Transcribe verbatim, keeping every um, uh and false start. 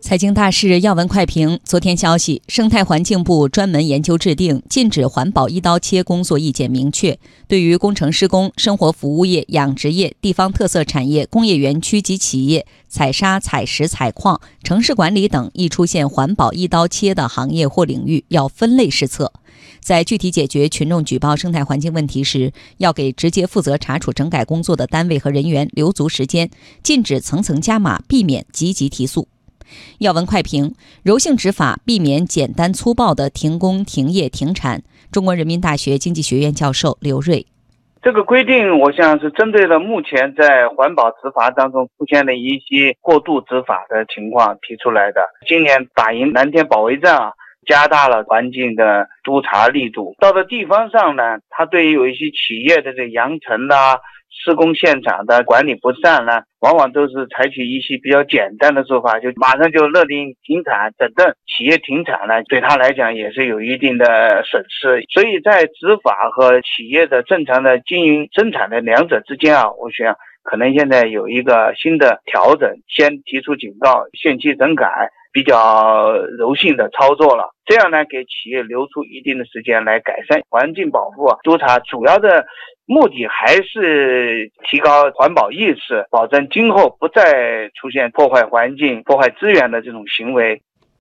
财经大事要闻快评。昨天消息，生态环境部专门研究制定禁止环保一刀切工作意见明确，对于工程施工、生活服务业、养殖业、地方特色产业、工业园区及企业、采砂、采石、采矿、城市管理等易出现环保一刀切的行业或领域，要分类施策。在具体解决群众举报生态环境问题时，要给直接负责查处整改工作的单位和人员留足时间，禁止层层加码，避免积极提速。要闻快评：柔性执法，避免简单粗暴的停工、停业、停产。中国人民大学经济学院教授刘锐： 这个规定，我想是针对了目前在环保执法当中出现的一些过度执法的情况提出来的。今年打赢蓝天保卫战啊，加大了环境的督查力度。到了地方上呢，它对于有一些企业的这扬尘啦、施工现场的管理不善呢，往往都是采取一些比较简单的做法，就马上就勒令停产等等。企业停产呢，对他来讲也是有一定的损失。所以在执法和企业的正常的经营生产的两者之间啊，我想可能现在有一个新的调整，先提出警告，限期整改，比较柔性的操作了。这样呢，给企业留出一定的时间来改善环境保护。督查主要的目的还是提高环保意识，保证今后不再出现破坏环境、破坏资源的这种行为。